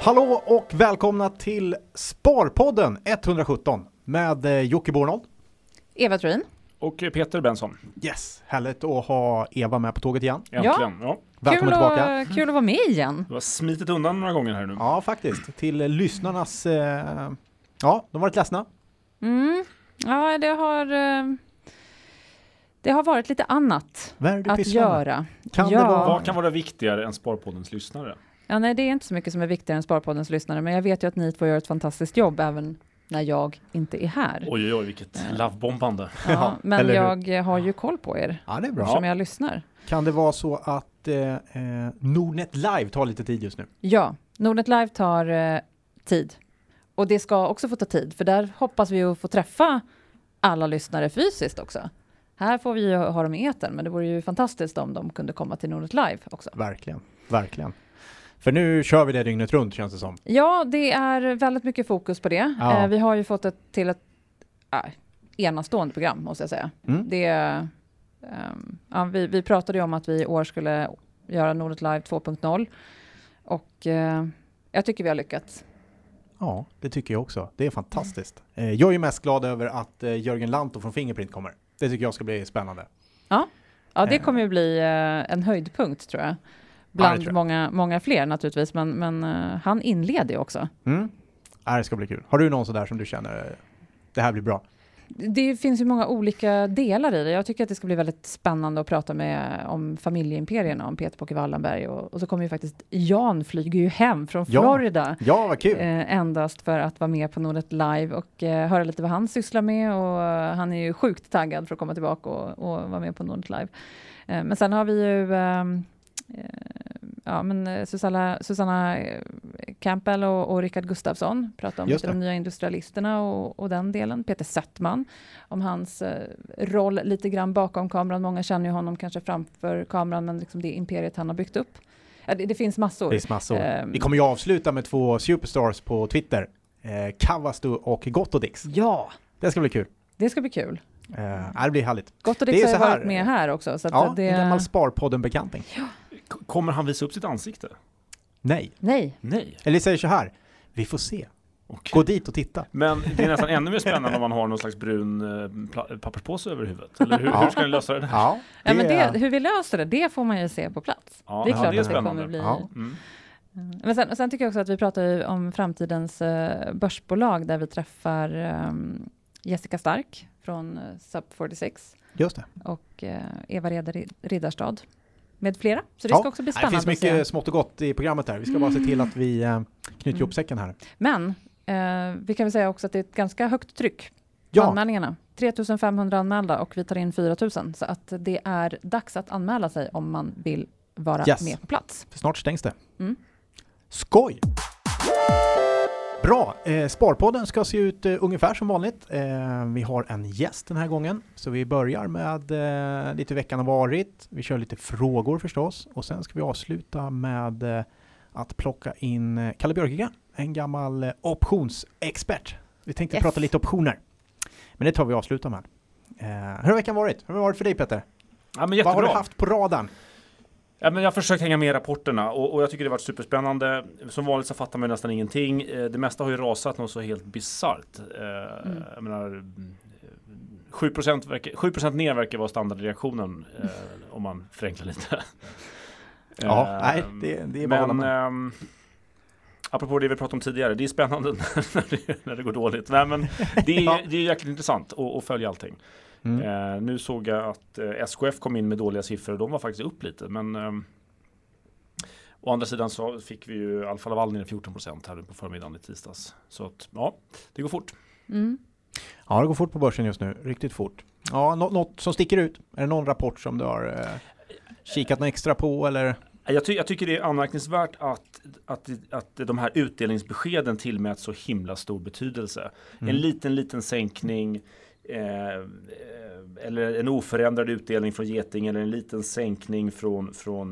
Hallå och välkomna till Sparpodden 117 med Jocke Bornold, Eva Truin och Peter Benson. Yes, härligt att ha Eva med på tåget igen. Äntligen. Ja. Välkommen tillbaka. Kul att vara med igen. Du har smitit undan några gånger här nu. Ja, faktiskt. Till lyssnarnas... Ja, de har varit ledsna. Ja, det har varit lite annat att göra. Vad kan vara viktigare än Sparpoddens lyssnare? Ja, nej, det är inte så mycket som är viktigare än Sparpoddens lyssnare, men jag vet ju att ni två gör ett fantastiskt jobb även när jag inte är här. Oj, vilket lovebombande. Ja, men jag har ju koll på er. Ja, det är bra. Som jag lyssnar. Kan det vara så att Nordnet Live tar lite tid just nu? Ja, Nordnet Live tar tid. Och det ska också få ta tid, för där hoppas vi att få träffa alla lyssnare fysiskt också. Här får vi ju ha dem i etern, men det vore ju fantastiskt om de kunde komma till Nordnet Live också. Verkligen, verkligen. För nu kör vi det dygnet runt, känns det som. Ja, det är väldigt mycket fokus på det. Ja. Vi har ju fått ett enastående program, måste jag säga. Vi pratade ju om att vi i år skulle göra Nordnet Live 2.0. Och jag tycker vi har lyckats. Ja, det tycker jag också. Det är fantastiskt. Jag är ju mest glad över att Jörgen Lantto från Fingerprint kommer. Det tycker jag ska bli spännande. Ja, det kommer ju bli en höjdpunkt, tror jag. Bland många fler naturligtvis, men han inleder ju också. Det ska bli kul. Har du någon sådär som du känner det här blir bra? Det finns ju många olika delar i det. Jag tycker att det ska bli väldigt spännande att prata om familjeimperierna, om Peter Pocke Wallenberg. Och så kommer ju faktiskt Jan flyger ju hem från Florida. Ja, vad kul. Endast för att vara med på Nordnet Live och höra lite vad han sysslar med. Och han är ju sjukt taggad för att komma tillbaka och vara med på Nordnet Live. Men sen har vi ju... Susanna Campbell och Rickard Gustafsson pratar om de nya industrialisterna och den delen. Peter Settman om hans roll lite grann bakom kameran. Många känner ju honom kanske framför kameran, men liksom det imperiet han har byggt upp. Det finns massor. Det finns massor. Vi kommer ju avsluta med 2 superstars på Twitter. Kavastu och Gottodix. Ja! Det ska bli kul. Det ska bli kul. Det blir härligt. Gottodix har ju varit med här också. Så att en gammal Sparpodden-bekanting. Ja. Kommer han visa upp sitt ansikte? Nej. Eller säger så här, vi får se. Okay. Gå dit och titta. Men det är nästan ännu mer spännande om man har någon slags brun papperspåse över huvudet. Eller hur ska ni lösa det här? Hur vi löser det får man ju se på plats. Ja, det är klart att det kommer bli... Ja. Men sen tycker jag också att vi pratar ju om framtidens börsbolag där vi träffar Jessica Stark från Sub 46. Just det. Och Eva Riddarstad. Med flera. Så det ska också bli spännande. Det finns mycket smått och gott i programmet här. Vi ska bara se till att vi knyter ihop säcken här. Men vi kan väl säga också att det är ett ganska högt tryck på anmälningarna. 3500 anmälda och vi tar in 4000. Så att det är dags att anmäla sig om man vill vara med på plats. För snart stängs det. Skoj! Bra, Sparpodden ska se ut ungefär som vanligt. Vi har en gäst den här gången. Så vi börjar med lite veckan har varit. Vi kör lite frågor förstås. Och sen ska vi avsluta med att plocka in Kalle Björkegren. En gammal optionsexpert. Vi tänkte prata lite optioner. Men det tar vi avsluta med. Hur har veckan varit? Hur har det varit för dig, Peter? Ja, men jättebra. Vad har du haft på radarn? Ja, men jag har försökt hänga med i rapporterna och jag tycker det har varit superspännande. Som vanligt så fattar man nästan ingenting. Det mesta har ju rasat något så helt bizarrt. Jag menar, 7% ner verkar vara standardreaktionen om man förenklar lite. Det är bara men apropå det vi pratade om tidigare, det är spännande när det går dåligt. Nej, men det är jäkligt intressant att följa allting. Nu såg jag att SKF kom in med dåliga siffror och de var faktiskt upp lite, men å andra sidan så fick vi ju Alfa Laval ner 14% här på förmiddagen i tisdags. Så att, det går fort. Ja, det går fort på börsen just nu, riktigt fort. Ja, något som sticker ut? Är det någon rapport som du har kikat något extra på eller? Jag tycker det är anmärkningsvärt att de här utdelningsbeskeden tillmäts så himla stor betydelse. En liten sänkning eller en oförändrad utdelning från Geting eller en liten sänkning från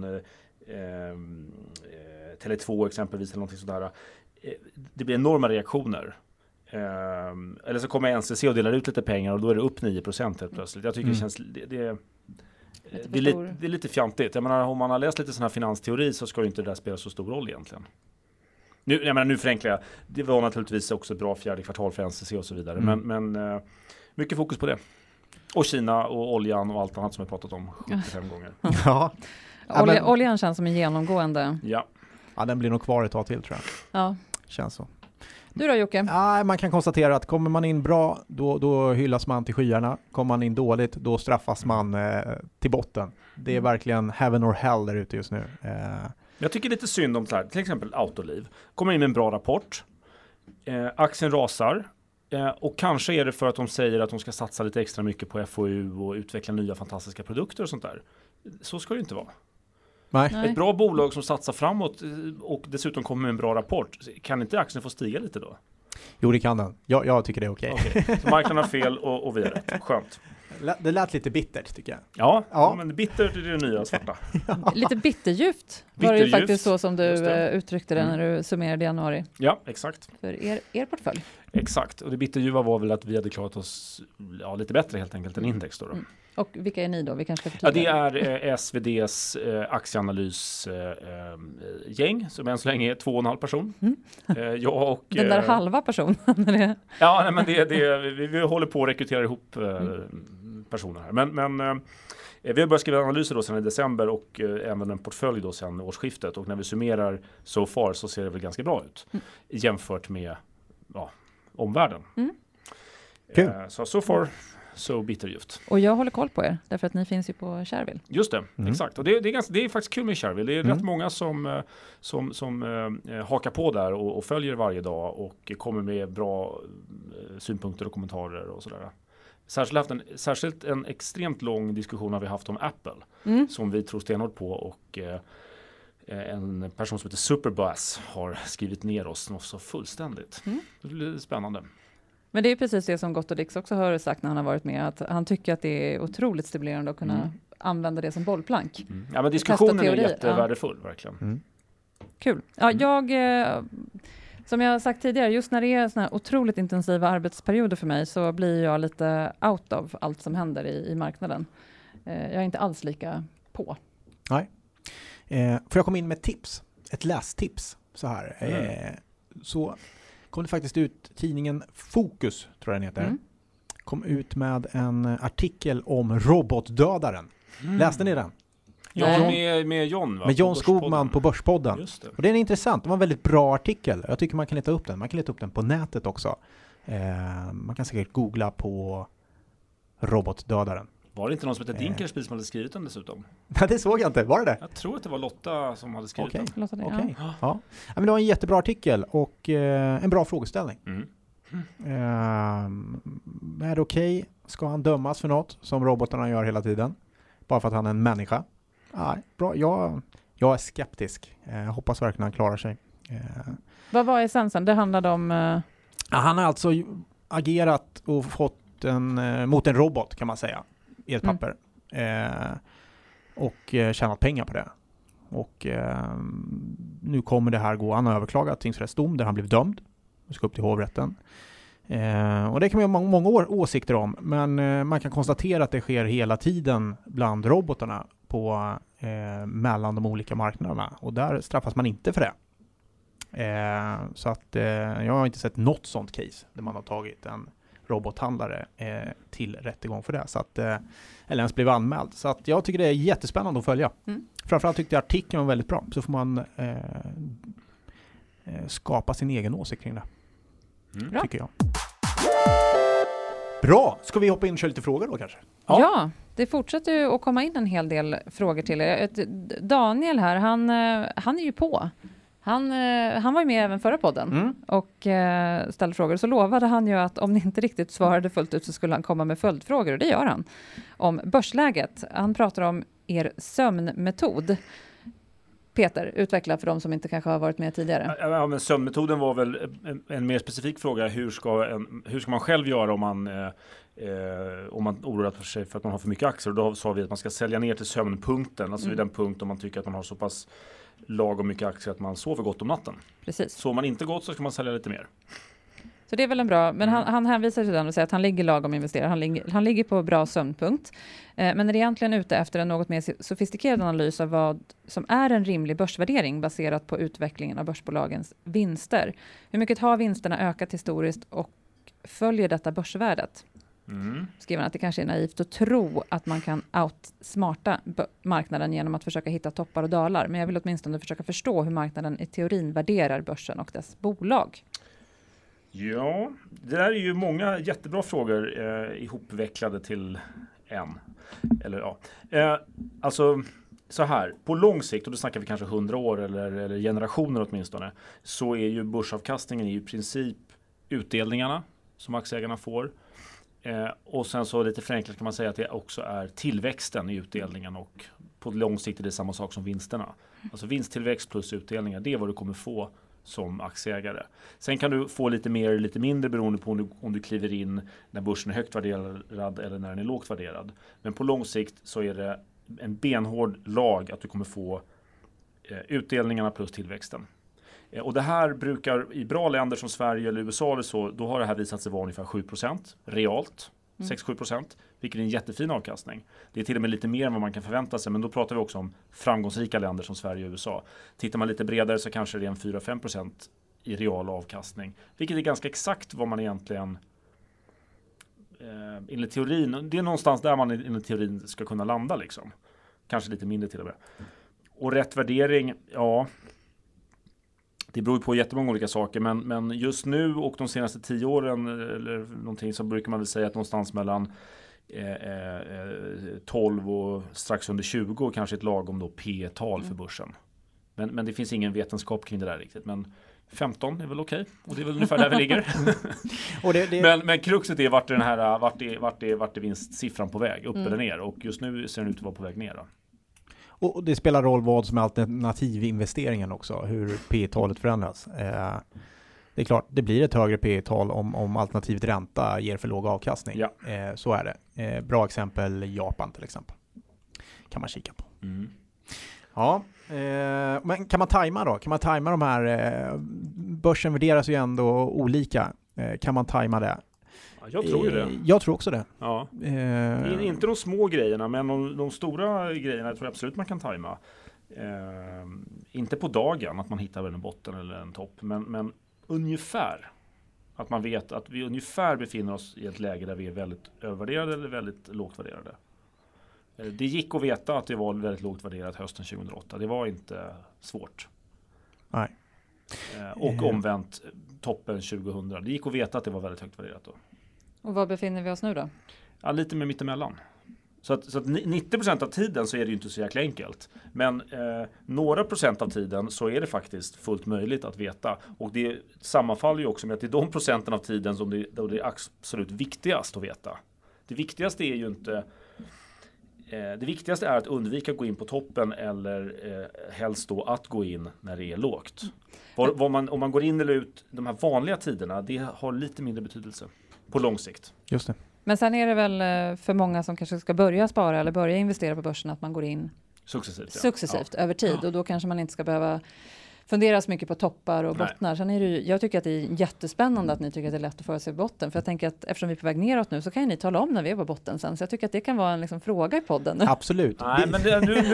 Tele2 exempelvis eller någonting sådär. Det blir enorma reaktioner. Eller så kommer NCC och delar ut lite pengar och då är det upp 9% helt plötsligt. Jag tycker det känns det är lite fjantigt. Jag menar, om man har läst lite sån här finansteori så ska ju inte det där spela så stor roll egentligen. Nu förenklar jag. Det var naturligtvis också ett bra fjärde kvartal för NCC och så vidare. Men mycket fokus på det. Och Kina och oljan och allt annat som jag pratat om 75 gånger. Ja. Oljan känns som en genomgående. Ja, den blir nog kvar ett tag till tror jag. Ja. Känns så. Du då Jocke? Man kan konstatera att kommer man in bra, då hyllas man till skyarna. Kommer man in dåligt, då straffas man till botten. Det är verkligen heaven or hell där ute just nu. Jag tycker lite synd om så här, till exempel Autoliv. Kommer in med en bra rapport. Aktien rasar. Och kanske är det för att de säger att de ska satsa lite extra mycket på FoU och utveckla nya fantastiska produkter och sånt där. Så ska det inte vara. Nej. Ett bra bolag som satsar framåt och dessutom kommer med en bra rapport. Kan inte aktien få stiga lite då? Jo, det kan den. Jag tycker det är okej. Så marknaden har fel och vi har rätt. Skönt. Det lät lite bittert tycker jag. Ja, men bittert är det nya svarta. Lite bitterljuvt var det ju faktiskt så som du uttryckte det när du summerade i januari. Ja, exakt. För er portfölj. Exakt, och det bitterljuva var väl att vi hade klarat oss lite bättre helt enkelt än index då. Och vilka är ni då? Vi kanske ska det är SVDs aktieanalysgäng som än så länge är 2,5 person. Jag och den där halva personen. Ja, men vi håller på att rekrytera ihop personer här. Men vi har börjat skriva analyser då sedan i december och även en portfölj då sedan årsskiftet. Och när vi summerar so far så ser det väl ganska bra ut jämfört med omvärlden. So far så bitterljuvt. Och jag håller koll på er, därför att ni finns ju på Shareville. Just det, exakt. Och det är faktiskt kul med Shareville. Det är rätt många som hakar på där och följer varje dag och kommer med bra synpunkter och kommentarer och sådär. Särskilt en extremt lång diskussion har vi haft om Apple som vi tror stenhårt på och en person som heter Superbass har skrivit ner oss något så fullständigt. Det blir spännande. Men det är precis det som Gott och Dix också har sagt när han har varit med, att han tycker att det är otroligt stimulerande att kunna använda det som bollplank. Ja, men diskussionen är jättevärdefull, verkligen. Kul. Ja, som jag har sagt tidigare, just när det är såna här otroligt intensiva arbetsperioder för mig så blir jag lite out of allt som händer i marknaden. Jag är inte alls lika på. Nej. Får jag komma in med tips? Ett lästips så här. Så kom det faktiskt ut tidningen Fokus, tror jag den heter. Kom ut med en artikel om robotdödaren. Läste ni den? Ja, med John va? Med John Skogman på Börspodden. Just det. Och den är intressant. Det var en väldigt bra artikel. Jag tycker man kan leta upp den. Man kan leta upp den på nätet också. Man kan säkert googla på robotdödaren. Var det inte någon som heter Dinkelspiel som hade skrivit den dessutom? Nej, det såg jag inte. Var det? Jag tror att det var Lotta som hade skrivit den. Okej. Ja. Men det var en jättebra artikel och en bra frågeställning. Är det okej? Ska han dömas för något som robotarna gör hela tiden? Bara för att han är en människa? Nej, bra. Jag är skeptisk. Jag hoppas verkligen han klarar sig. Vad var essensen? Det handlade om... Han har alltså agerat och fått mot en robot kan man säga i ett papper. Och tjänat pengar på det. Och nu kommer det här gå. Han har överklagat tingsrättsdom där han blev dömd. Det ska upp till hovrätten. Och det kan man ha många åsikter om. Men man kan konstatera att det sker hela tiden bland robotarna på mellan de olika marknaderna. Och där straffas man inte för det. Så att jag har inte sett något sånt case där man har tagit en robothandlare till rättegång för det. Så att, eller ens blev anmäld. Så att jag tycker det är jättespännande att följa. Framförallt tyckte jag artikeln var väldigt bra. Så får man skapa sin egen åsikt kring det. Tycker jag. Bra! Ska vi hoppa in och köra lite frågor då kanske? Ja, det fortsätter ju att komma in en hel del frågor till er. Daniel här, han är ju på. Han var ju med även förra podden och ställde frågor. Så lovade han ju att om ni inte riktigt svarade fullt ut så skulle han komma med följdfrågor. Och det gör han. Om börsläget. Han pratar om er sömnmetod. Peter, utveckla för de som inte kanske har varit med tidigare. Ja, men sömnmetoden var väl en mer specifik fråga. Hur ska man själv göra om man oroar sig för att man har för mycket aktier? Och då sa vi att man ska sälja ner till sömnpunkten. Alltså vid den punkt om man tycker att man har så pass lagom mycket aktier att man sover gott om natten. Precis. Så om man inte gott så ska man sälja lite mer. Så det är väl en bra, men han hänvisar till den och säger att han ligger lagom investerad. Han ligger på bra sömnpunkt. Men är egentligen ute efter en något mer sofistikerad analys av vad som är en rimlig börsvärdering baserat på utvecklingen av börsbolagens vinster. Hur mycket har vinsterna ökat historiskt och följer detta börsvärdet? Skriver han att det kanske är naivt att tro att man kan outsmarta marknaden genom att försöka hitta toppar och dalar. Men jag vill åtminstone försöka förstå hur marknaden i teorin värderar börsen och dess bolag. Ja, det där är ju många jättebra frågor ihopvecklade till en. Eller ja. Alltså så här, på lång sikt, och då snackar vi kanske 100 år eller generationer åtminstone, så är ju börsavkastningen i princip utdelningarna som aktieägarna får. Och sen så lite förenklat kan man säga att det också är tillväxten i utdelningen, och på lång sikt är det samma sak som vinsterna. Alltså vinsttillväxt plus utdelningar, det är vad du kommer få som aktieägare. Sen kan du få lite mer eller lite mindre beroende på om du kliver in när börsen är högt värderad eller när den är lågt värderad. Men på lång sikt så är det en benhård lag att du kommer få utdelningarna plus tillväxten. Och det här brukar i bra länder som Sverige eller USA eller så, då har det här visat sig vara ungefär 7% realt. 6-7%, vilket är en jättefin avkastning. Det är till och med lite mer än vad man kan förvänta sig, men då pratar vi också om framgångsrika länder som Sverige och USA. Tittar man lite bredare så kanske det är en 4-5% i real avkastning, vilket är ganska exakt vad man egentligen enligt teorin, det är någonstans där man enligt teorin ska kunna landa liksom. Kanske lite mindre till och med. Och rätt värdering, ja, det beror på jättemånga olika saker, men just nu och de senaste 10 åren eller någonting, så brukar man väl säga att någonstans mellan 12 och strax under 20 och kanske ett lagom då P-tal för börsen. Men det finns ingen vetenskap kring det där riktigt, men 15 är väl okej. Och det är väl ungefär där vi ligger. Och men kruxet är vart är vinstsiffran på väg, upp eller ner, och just nu ser den ut att vara på väg ner då. Och det spelar roll vad som är alternativinvesteringen också, hur P-talet förändras. Det är klart, det blir ett högre P-tal om alternativet ränta ger för låg avkastning. Ja. Så är det. Bra exempel, Japan till exempel. Kan man kika på. Ja, men kan man tajma då? Kan man tajma de här? Börsen värderas ju ändå olika. Kan man tajma det? Jag tror ju det. Jag tror också det. Ja. Inte de små grejerna, men de stora grejerna tror jag absolut man kan tajma. Inte på dagen att man hittar en botten eller en topp, men ungefär. Att man vet att vi ungefär befinner oss i ett läge där vi är väldigt övervärderade eller väldigt lågt värderade. Det gick att veta att det var väldigt lågt värderat hösten 2008. Det var inte svårt. Nej. Och omvänt toppen 2000. Det gick att veta att det var väldigt högt värderat då. Och var befinner vi oss nu då? Ja, lite med mittemellan. Så att 90% av tiden så är det ju inte så jäkla enkelt. Men några procent av tiden så är det faktiskt fullt möjligt att veta. Och det sammanfaller ju också med att det är de procenten av tiden som det är absolut viktigast att veta. Det viktigaste är ju inte... Det viktigaste är att undvika att gå in på toppen eller helst då att gå in när det är lågt. Om man går in eller ut de här vanliga tiderna, det har lite mindre betydelse på lång sikt. Just det. Men sen är det väl för många som kanske ska börja spara eller börja investera på börsen att man går in successivt över tid. Ja. Och då kanske man inte ska behöva fundera så mycket på toppar och bottnar. Sen är det ju, jag tycker att det är jättespännande att ni tycker att det är lätt att förutse botten. För jag tänker att eftersom vi är på väg neråt nu så kan ju ni tala om när vi är på botten sen. Så jag tycker att det kan vara en liksom fråga i podden. Absolut. Nej, men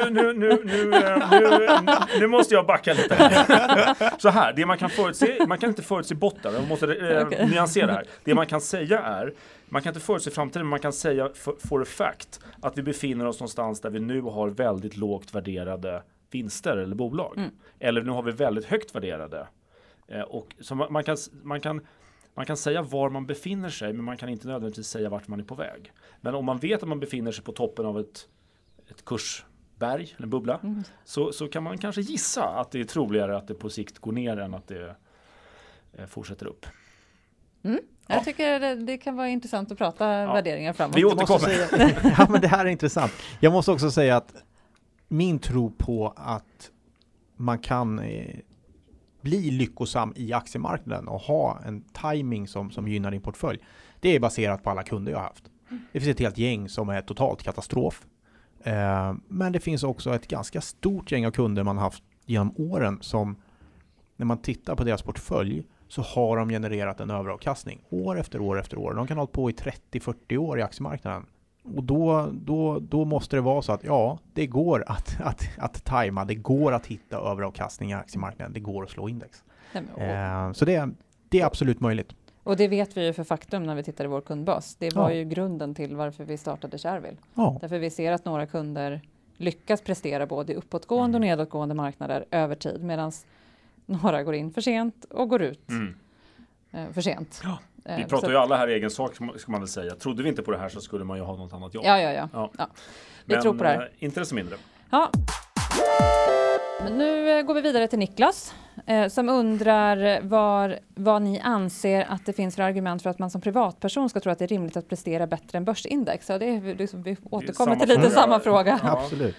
nu måste jag backa lite. Så här, det man kan förutse, man kan inte förutse botten. Man måste nyansera det här. Det man kan säga är, man kan inte förutse framtiden, men man kan säga for a fact att vi befinner oss någonstans där vi nu har väldigt lågt värderade vinster eller bolag. Eller nu har vi väldigt högt värderade. Och så man kan säga var man befinner sig, men man kan inte nödvändigtvis säga vart man är på väg. Men om man vet att man befinner sig på toppen av ett kursberg eller bubbla, så kan man kanske gissa att det är troligare att det på sikt går ner än att det fortsätter upp. Jag tycker det kan vara intressant att prata värderingar framåt. Vi återkommer. Ja, men det här är intressant. Jag måste också säga att min tro på att man kan bli lyckosam i aktiemarknaden och ha en timing som gynnar din portfölj, det är baserat på alla kunder jag har haft. Det finns ett helt gäng som är totalt katastrof. Men det finns också ett ganska stort gäng av kunder man har haft genom åren som, när man tittar på deras portfölj, så har de genererat en överavkastning år efter år efter år. De kan ha hållit på i 30-40 år i aktiemarknaden. Och då måste det vara så att det går att tajma, det går att hitta överavkastning i aktiemarknaden, det går att slå index. Så det är absolut möjligt. Och det vet vi ju för faktum när vi tittar i vår kundbas. Det var ju grunden till varför vi startade Shareville. Därför vi ser att några kunder lyckas prestera både uppåtgående och nedåtgående marknader över tid, medan några går in för sent och går ut för sent. Ja. Vi pratar ju alla här egen sak, ska man väl säga. Trodde vi inte på det här så skulle man ju ha något annat jobb. Ja. Vi tror på det här. Inte så mindre. Ja. Men nu går vi vidare till Niklas som undrar vad ni anser att det finns för argument för att man som privatperson ska tro att det är rimligt att prestera bättre än börsindex. Så det är liksom, vi återkommer till lite samma fråga. Ja. Absolut.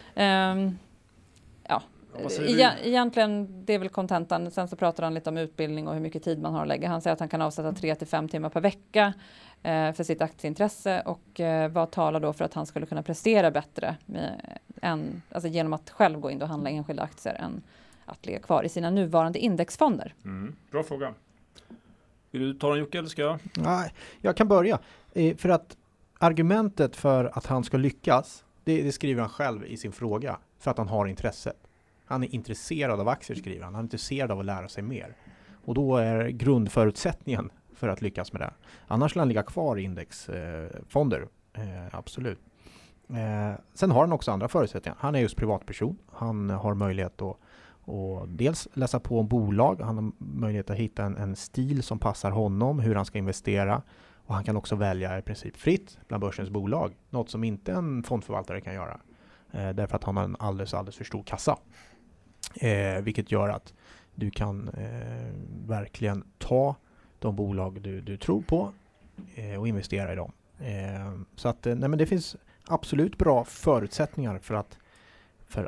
Egentligen det är väl kontentan. Sen så pratar han lite om utbildning och hur mycket tid man har att lägga. Han säger att han kan avsätta 3-5 timmar per vecka för sitt aktieintresse, och vad talar då för att han skulle kunna prestera bättre genom att själv gå in och handla enskilda aktier än att ligga kvar i sina nuvarande indexfonder. Bra fråga. Vill du ta den, Jocke, eller ska jag? Nej, jag kan börja. För att argumentet för att han ska lyckas, det skriver han själv i sin fråga, för att han har intresset. Han är intresserad av aktier, skriver han. Han är intresserad av att lära sig mer. Och då är grundförutsättningen för att lyckas med det. Annars skulle han ligga kvar i indexfonder. Absolut. Sen har han också andra förutsättningar. Han är just privatperson. Han har möjlighet att dels läsa på om bolag. Han har möjlighet att hitta en stil som passar honom, hur han ska investera. Och han kan också välja i princip fritt bland börsens bolag. Något som inte en fondförvaltare kan göra. Därför att han har en alldeles för stor kassa. Vilket gör att du kan verkligen ta de bolag du tror på och investera i dem. Så att men det finns absolut bra förutsättningar för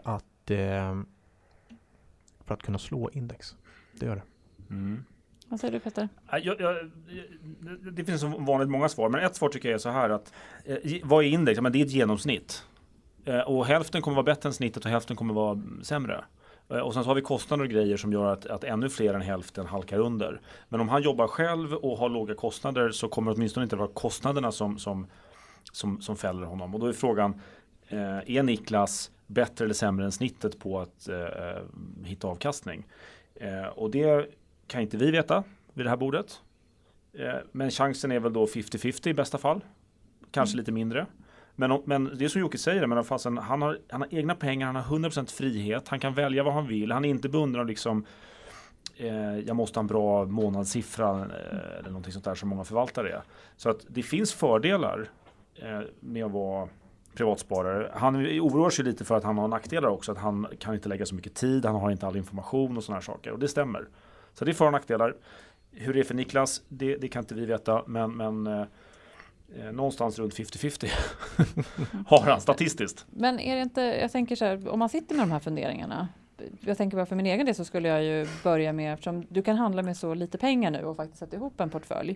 att kunna slå index. Det gör det. Vad säger du, Peter? Det finns som vanligt många svar, men ett svar tycker jag är så här att vad är index? Men det är ett genomsnitt. Och hälften kommer vara bättre än snittet och hälften kommer vara sämre. Och sen så har vi kostnader och grejer som gör att ännu fler än hälften halkar under. Men om han jobbar själv och har låga kostnader så kommer det åtminstone inte vara kostnaderna som fäller honom. Och då är frågan, är Niklas bättre eller sämre än snittet på att hitta avkastning? Och det kan inte vi veta vid det här bordet. Men chansen är väl då 50-50 i bästa fall. Kanske lite mindre. Men det är som Jocke säger, men han har egna pengar, han har 100% frihet, han kan välja vad han vill, han är inte bunden av liksom jag måste ha en bra månadssiffra eller någonting sånt där som många förvaltare är. Så att det finns fördelar med att vara privatsparare. Han oroar sig lite för att han har nackdelar också, att han kan inte lägga så mycket tid, han har inte all information och såna här saker, och det stämmer. Så det är för- och nackdelar. Hur det är för Niklas, det kan inte vi veta, men någonstans runt 50-50 har han statistiskt. Men är det inte, jag tänker så här, om man sitter med de här funderingarna, jag tänker bara för min egen del så skulle jag ju börja med, eftersom du kan handla med så lite pengar nu och faktiskt sätta ihop en portfölj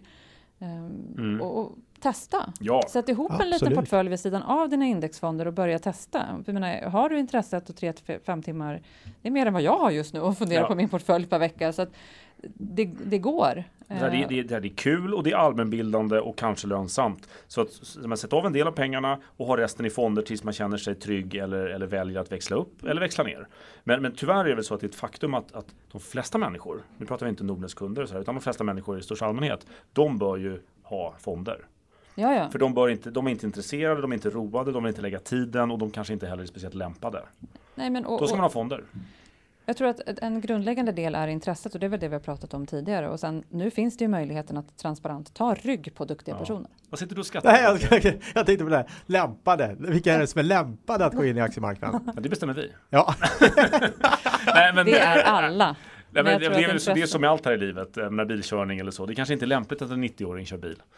och testa. Ja. Sätt ihop en liten portfölj vid sidan av dina indexfonder och börja testa. Jag menar, har du intresset och 3-5 timmar, det är mer än vad jag har just nu och fundera på min portfölj per vecka, så att det går. Det är kul och det är allmänbildande och kanske lönsamt. Så att man sätter av en del av pengarna och har resten i fonder tills man känner sig trygg eller väljer att växla upp eller växla ner. Men tyvärr är det väl så att det är ett faktum att de flesta människor, nu pratar vi inte Nordnets kunder och så här, utan de flesta människor i största allmänhet, de bör ju ha fonder. Ja. För de är inte intresserade, de är inte roade, de vill inte lägga tiden och de kanske inte heller är speciellt lämpade. Nej, men då ska man ha fonder. Jag tror att en grundläggande del är intresset, och det är väl det vi har pratat om tidigare. Och sen, nu finns det ju möjligheten att transparent ta rygg på duktiga personer. Vad sitter du och skrattar? Nej, jag tänkte på det här. Lämpade. Vilka är det som är lämpade att gå in i aktiemarknaden? Ja, det bestämmer vi. Ja. Nej, men det är alla. Nej, men det är som med allt här i livet, när bilkörning eller så. Det kanske inte är lämpligt att en 90-åring kör bil.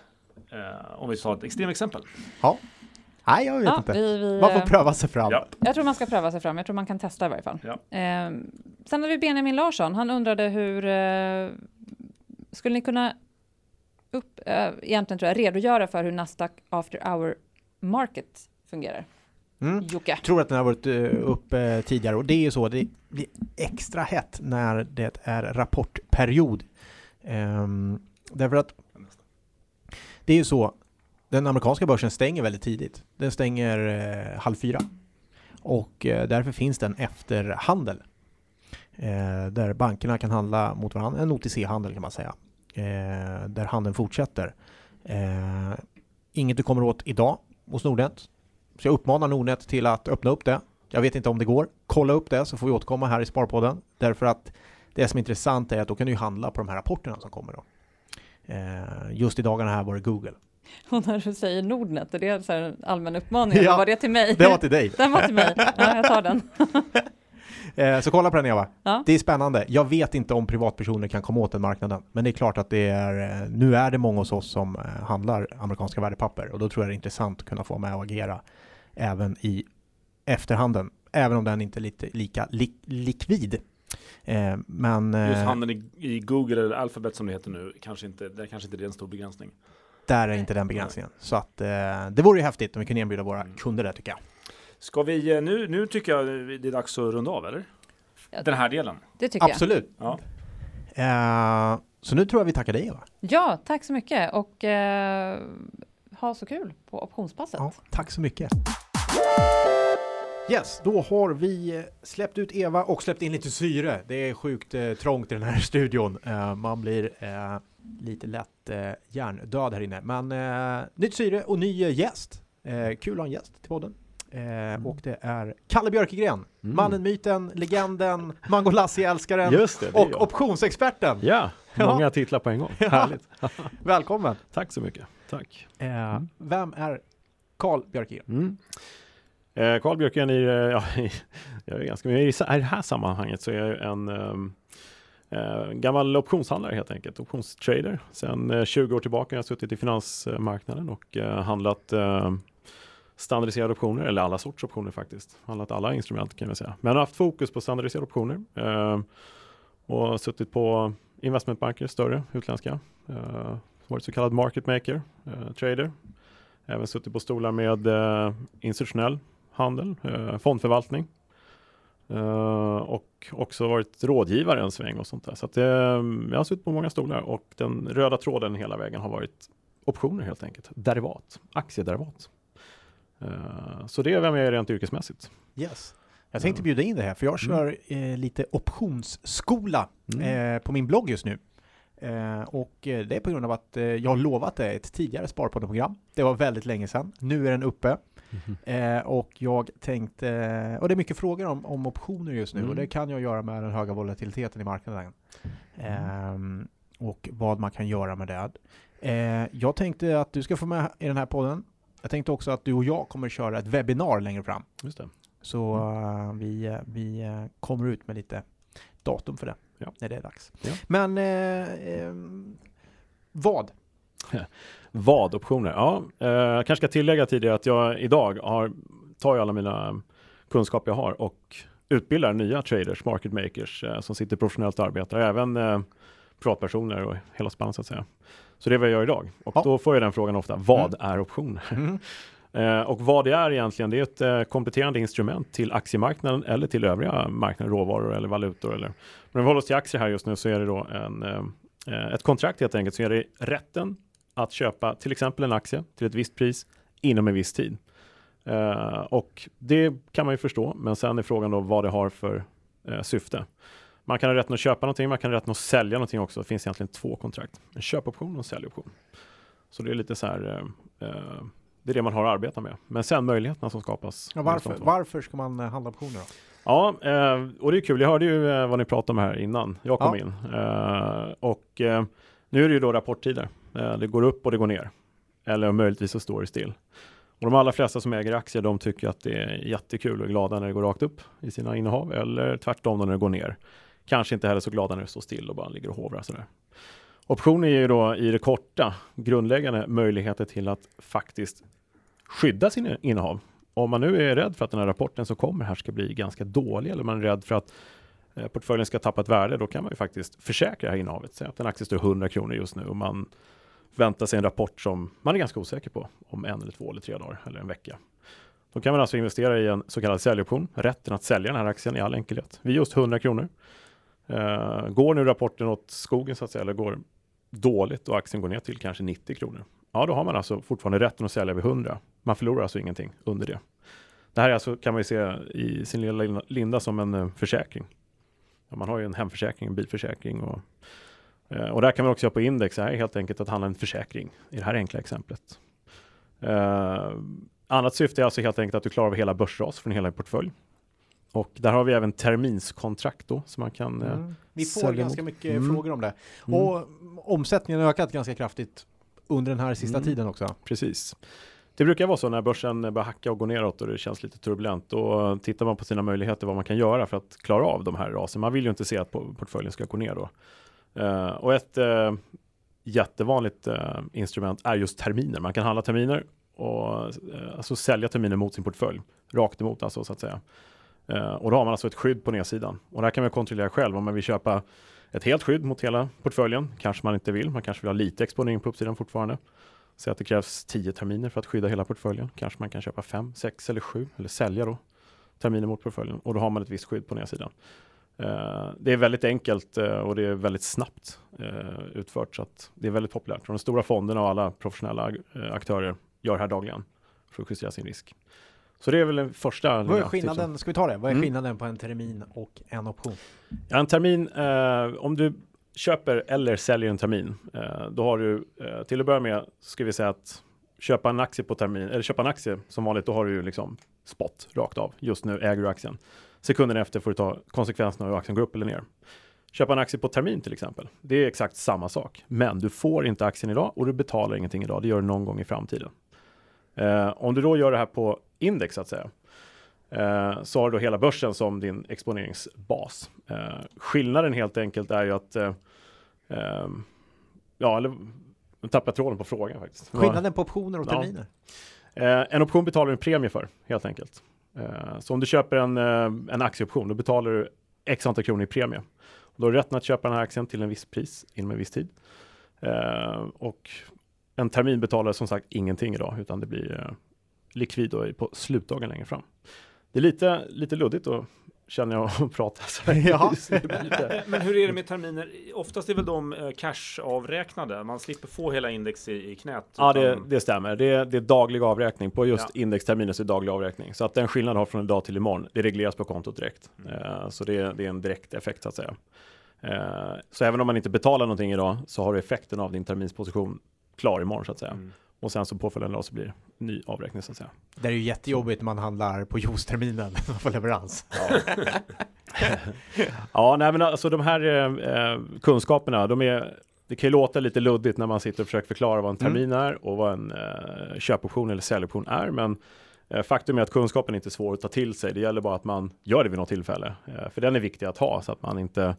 Om vi tar ett extremt exempel. Ja. Nej, jag vet inte. Man får pröva sig fram. Ja. Jag tror man ska pröva sig fram. Jag tror man kan testa i varje fall. Ja. Sen har vi Benjamin Larsson. Han undrade hur skulle ni kunna egentligen tror jag redogöra för hur Nasdaq After Hour Market fungerar? Jocke. Jag tror att den har varit upp tidigare, och det är ju så, det blir extra hett när det är rapportperiod Därför att det är ju så, den amerikanska börsen stänger väldigt tidigt. Den stänger 3:30. Och därför finns det en efterhandel. Där bankerna kan handla mot varandra. En OTC-handel kan man säga. Där handeln fortsätter. Inget du kommer åt idag hos Nordnet. Så jag uppmanar Nordnet till att öppna upp det. Jag vet inte om det går. Kolla upp det så får vi återkomma här i Sparpodden. Därför att det som är intressant är att då kan du handla på de här rapporterna som kommer då. Just i dagarna här var det Google. Och när du säger Nordnet, är det så här en allmän uppmaning? Ja, var det till mig? Det var till dig. Den var till mig. Ja, jag tar den. Så kolla på den, Eva. Ja. Det är spännande. Jag vet inte om privatpersoner kan komma åt den marknaden. Men det är klart att nu är det många hos oss som handlar amerikanska värdepapper. Och då tror jag det är intressant att kunna få med och agera även i efterhanden. Även om den inte är lite lika likvid. Men just handeln i Google eller Alphabet som det heter nu, kanske inte är en stor begränsning. Där är inte den begränsningen. Så att det vore ju häftigt om vi kunde erbjuda våra kunder det, tycker jag. Ska vi, nu tycker jag det är dags att runda av, eller? Den här delen. Det tycker absolut. Jag. Ja. Så nu tror jag vi tackar dig, Eva. Ja, tack så mycket. Och ha så kul på optionspasset. Ja, tack så mycket. Yes, då har vi släppt ut Eva och släppt in lite syre. Det är sjukt trångt i den här studion. Man blir lite lätt hjärndöd här inne. Men nytt syre och ny gäst. Kul att ha en gäst till podden. Och det är Kalle Björkegren. Mannen, myten, legenden, Mango Lassi-älskaren. Just det, och optionsexperten. Ja, många titlar på en gång. Härligt. Välkommen. Tack så mycket. Tack. Vem är Carl Björkegren? Carl Björkegren jag är ganska med i det här sammanhanget, så är jag en gammal optionshandlare helt enkelt, optionstrader. Sen 20 år tillbaka har jag suttit i finansmarknaden och handlat standardiserade optioner, eller alla sorts optioner faktiskt. Handlat alla instrument kan jag säga. Men jag har haft fokus på standardiserade optioner och suttit på investmentbanker, större, utländska. Varit så kallad market maker, trader. Även suttit på stolar med institutionell handel, fondförvaltning. Och också varit rådgivare en sväng och sånt där. Så att jag har suttit på många stolar och den röda tråden hela vägen har varit optioner helt enkelt. Derivat, aktiederivat. Så det är vem jag är rent yrkesmässigt. Yes. Jag tänkte bjuda in det här för jag kör lite optionsskola på min blogg just nu. Och det är på grund av att jag har lovat det ett tidigare Sparpodden-program. Det var väldigt länge sedan. Nu är den uppe. Och jag tänkte, och det är mycket frågor om optioner just nu och det kan jag göra med den höga volatiliteten i marknaden. Och vad man kan göra med det. Jag tänkte att du ska få med i den här podden. Jag tänkte också att du och jag kommer köra ett webbinar längre fram. Just det. Så vi kommer ut med lite datum för det. Ja. När det är dags. Ja. Men vad? Vad optioner? Ja, jag kanske ska tillägga tidigare att jag idag tar alla mina kunskaper jag har och utbildar nya traders, market makers som sitter professionellt och arbetar. Även privatpersoner och hela spannet så att säga. Så det är vad jag gör idag. Och då får jag den frågan ofta, vad är optioner? Och vad det är egentligen, det är ett kompletterande instrument till aktiemarknaden eller till övriga marknader, råvaror eller valutor. Men om vi håller oss till aktier här just nu så är det då ett kontrakt helt enkelt. Så är det rätten att köpa till exempel en aktie till ett visst pris inom en viss tid. Och det kan man ju förstå, men sen är frågan då vad det har för syfte. Man kan ha rätten att köpa någonting, man kan ha rätten att sälja någonting också. Det finns egentligen 2 kontrakt. En köpoption och en säljoption. Så det är lite så här, det är det man har att arbeta med. Men sen möjligheterna som skapas. Ja, varför ska man handla optioner då? Ja, och det är kul. Jag hörde ju vad ni pratade om här innan jag kom in. Och nu är det ju då rapporttider. Det går upp och det går ner. Eller möjligtvis så står det still. Och de allra flesta som äger aktier, de tycker att det är jättekul och är glada när det går rakt upp i sina innehav. Eller tvärtom när det går ner. Kanske inte heller så glada när det står still och bara ligger och hovrar sådär. Optioner är ju då i det korta grundläggande möjligheter till att faktiskt skydda sina innehav. Om man nu är rädd för att den här rapporten som kommer här ska bli ganska dålig eller man är rädd för att portföljen ska tappa ett värde, då kan man ju faktiskt försäkra det här innehavet. Säg att en aktie står 100 kronor just nu och man väntar sig en rapport som man är ganska osäker på om 1 eller 2 eller 3 dagar eller en vecka. Då kan man alltså investera i en så kallad säljoption, rätten att sälja den här aktien i all enkelhet. Vid just 100 kronor. Går nu rapporten åt skogen så att säga, eller går dåligt och aktien går ner till kanske 90 kronor. Ja, då har man alltså fortfarande rätten att sälja vid 100. Man förlorar alltså ingenting under det. Det här är alltså, kan man ju se i sin lilla linda som en försäkring. Ja, man har ju en hemförsäkring, en bilförsäkring och där kan man också göra på index. Det här är helt enkelt att handla en försäkring i det här enkla exemplet. Annat syfte är alltså helt enkelt att du klarar av hela börsras från hela portfölj. Och där har vi även terminskontrakt då som man kan Vi får ganska mycket frågor om det. Och omsättningen har ökat ganska kraftigt under den här sista tiden också. Precis. Det brukar vara så när börsen börjar hacka och gå neråt och det känns lite turbulent. Då tittar man på sina möjligheter vad man kan göra för att klara av de här rasen. Man vill ju inte se att portföljen ska gå ner då. Och ett jättevanligt instrument är just terminer. Man kan handla terminer och alltså sälja terminer mot sin portfölj. Rakt emot alltså så att säga. Och då har man alltså ett skydd på nedsidan. Och där kan man kontrollera själv om man vill köpa ett helt skydd mot hela portföljen. Kanske man inte vill. Man kanske vill ha lite exponering på uppsidan fortfarande. Så att det krävs 10 terminer för att skydda hela portföljen. Kanske man kan köpa 5, 6 eller 7 eller sälja då terminer mot portföljen. Och då har man ett visst skydd på nedsidan. Det är väldigt enkelt och det är väldigt snabbt utfört. Så att det är väldigt populärt. Och de stora fonderna och alla professionella aktörer gör det här dagligen för att justera sin risk. Så det är väl den första. Vad är skillnaden? Ska vi ta det? Vad är skillnaden på en termin och en option? Ja, en termin, om du köper eller säljer en termin, då har du till att börja med, ska vi säga att köpa en aktie på termin, eller köpa en aktie som vanligt, då har du ju liksom spot rakt av. Just nu äger du aktien. Sekunden efter får du ta konsekvenserna av aktien går upp eller ner. Köpa en aktie på termin till exempel. Det är exakt samma sak. Men du får inte aktien idag och du betalar ingenting idag. Det gör du någon gång i framtiden. Om du då gör det här på index så att säga, så har du då hela börsen som din exponeringsbas. Skillnaden helt enkelt är ju att eller tappar tråden på frågan faktiskt. Skillnaden på optioner och terminer? En option betalar du en premie för helt enkelt. Så om du köper en aktieoption, då betalar du x antal kronor i premie. Då har du rätten att köpa den här aktien till en viss pris inom en viss tid. Och en termin betalar som sagt ingenting idag, utan det blir likvid på slutdagen längre fram. Det är lite luddigt och känner jag att prata så här. Men hur är det med terminer? Oftast är väl de cash-avräknade. Man slipper få hela index i knät. Ja, det stämmer. Det är daglig avräkning. På just indexterminer så är det daglig avräkning. Så att den skillnaden har från idag till imorgon, det regleras på kontot direkt. Så det är en direkt effekt så att säga. Så även om man inte betalar någonting idag så har du effekten av din terminsposition klar imorgon så att säga. Och sen så påföljande dag så blir det ny avräkning så att säga. Det är ju jättejobbigt när man handlar på juice-terminen för leverans. Nej men alltså de här kunskaperna, det kan ju låta lite luddigt när man sitter och försöker förklara vad en termin är och vad en köpoption eller säljoption är. Men faktum är att kunskapen inte är svår att ta till sig. Det gäller bara att man gör det vid något tillfälle. För den är viktig att ha så att man inte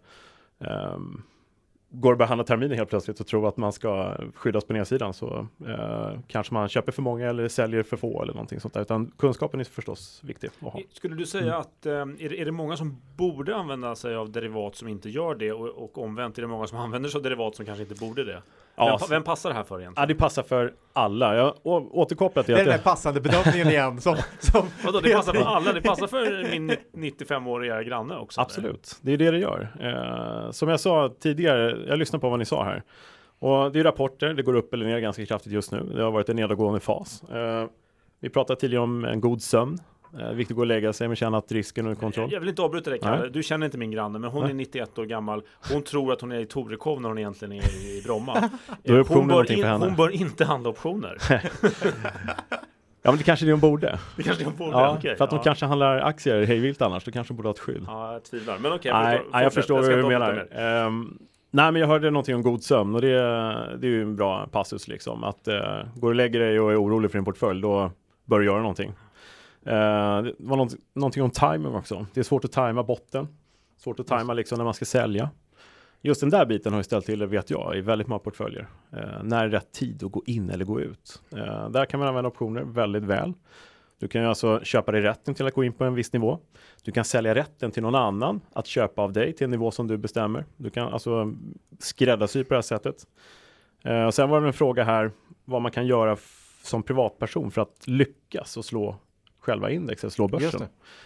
går och behandlar terminer helt plötsligt och tror att man ska skyddas på nedsidan så kanske man köper för många eller säljer för få eller någonting sånt där. Utan kunskapen är förstås viktig att ha. Skulle du säga att är det många som borde använda sig av derivat som inte gör det och omvänt är det många som använder sig av derivat som kanske inte borde det? Vem passar det här för egentligen? Ja, det passar för alla. Jag återkopplar till det är den här passande bedömningen igen. Vadå, det passar för alla? Det passar för min 95-åriga granne också? Absolut, det är det gör. Som jag sa tidigare, jag lyssnar på vad ni sa här. Och det är rapporter, det går upp eller ner ganska kraftigt just nu. Det har varit en nedåtgående fas. Vi pratade tidigare om en god sömn. Viktigt att gå och lägga sig men känna att risken är under kontroll. Jag vill inte avbryta det, Kalle. Du känner inte min granne, men hon är 91 år gammal. Hon tror att hon är i Torekov när hon egentligen är i Bromma. Hon bör inte handla optioner. Ja, men det kanske det hon borde. Det kanske hon borde, ja, okay, för att de kanske handlar aktier hejvilt annars. Då kanske de borde ha ett skydd. Ja, jag tvivlar. Men okej, jag förstår vad du menar. Nej, men jag hörde någonting om god sömn och det är ju en bra passus liksom. Att går och lägger dig och är orolig för din portfölj, då bör du göra någonting. Det var någonting om timing också. Det är svårt att tajma botten. Svårt att tajma liksom när man ska sälja. Just den där biten har ju ställt till det, vet jag, i väldigt många portföljer. När är rätt tid att gå in eller gå ut? Där kan man använda optioner väldigt väl. Du kan ju alltså köpa dig rätten till att gå in på en viss nivå. Du kan sälja rätten till någon annan att köpa av dig till en nivå som du bestämmer. Du kan alltså skräddarsy på det här sättet. Och sen var det en fråga här vad man kan göra som privatperson för att lyckas och slå själva indexet, slå börsen.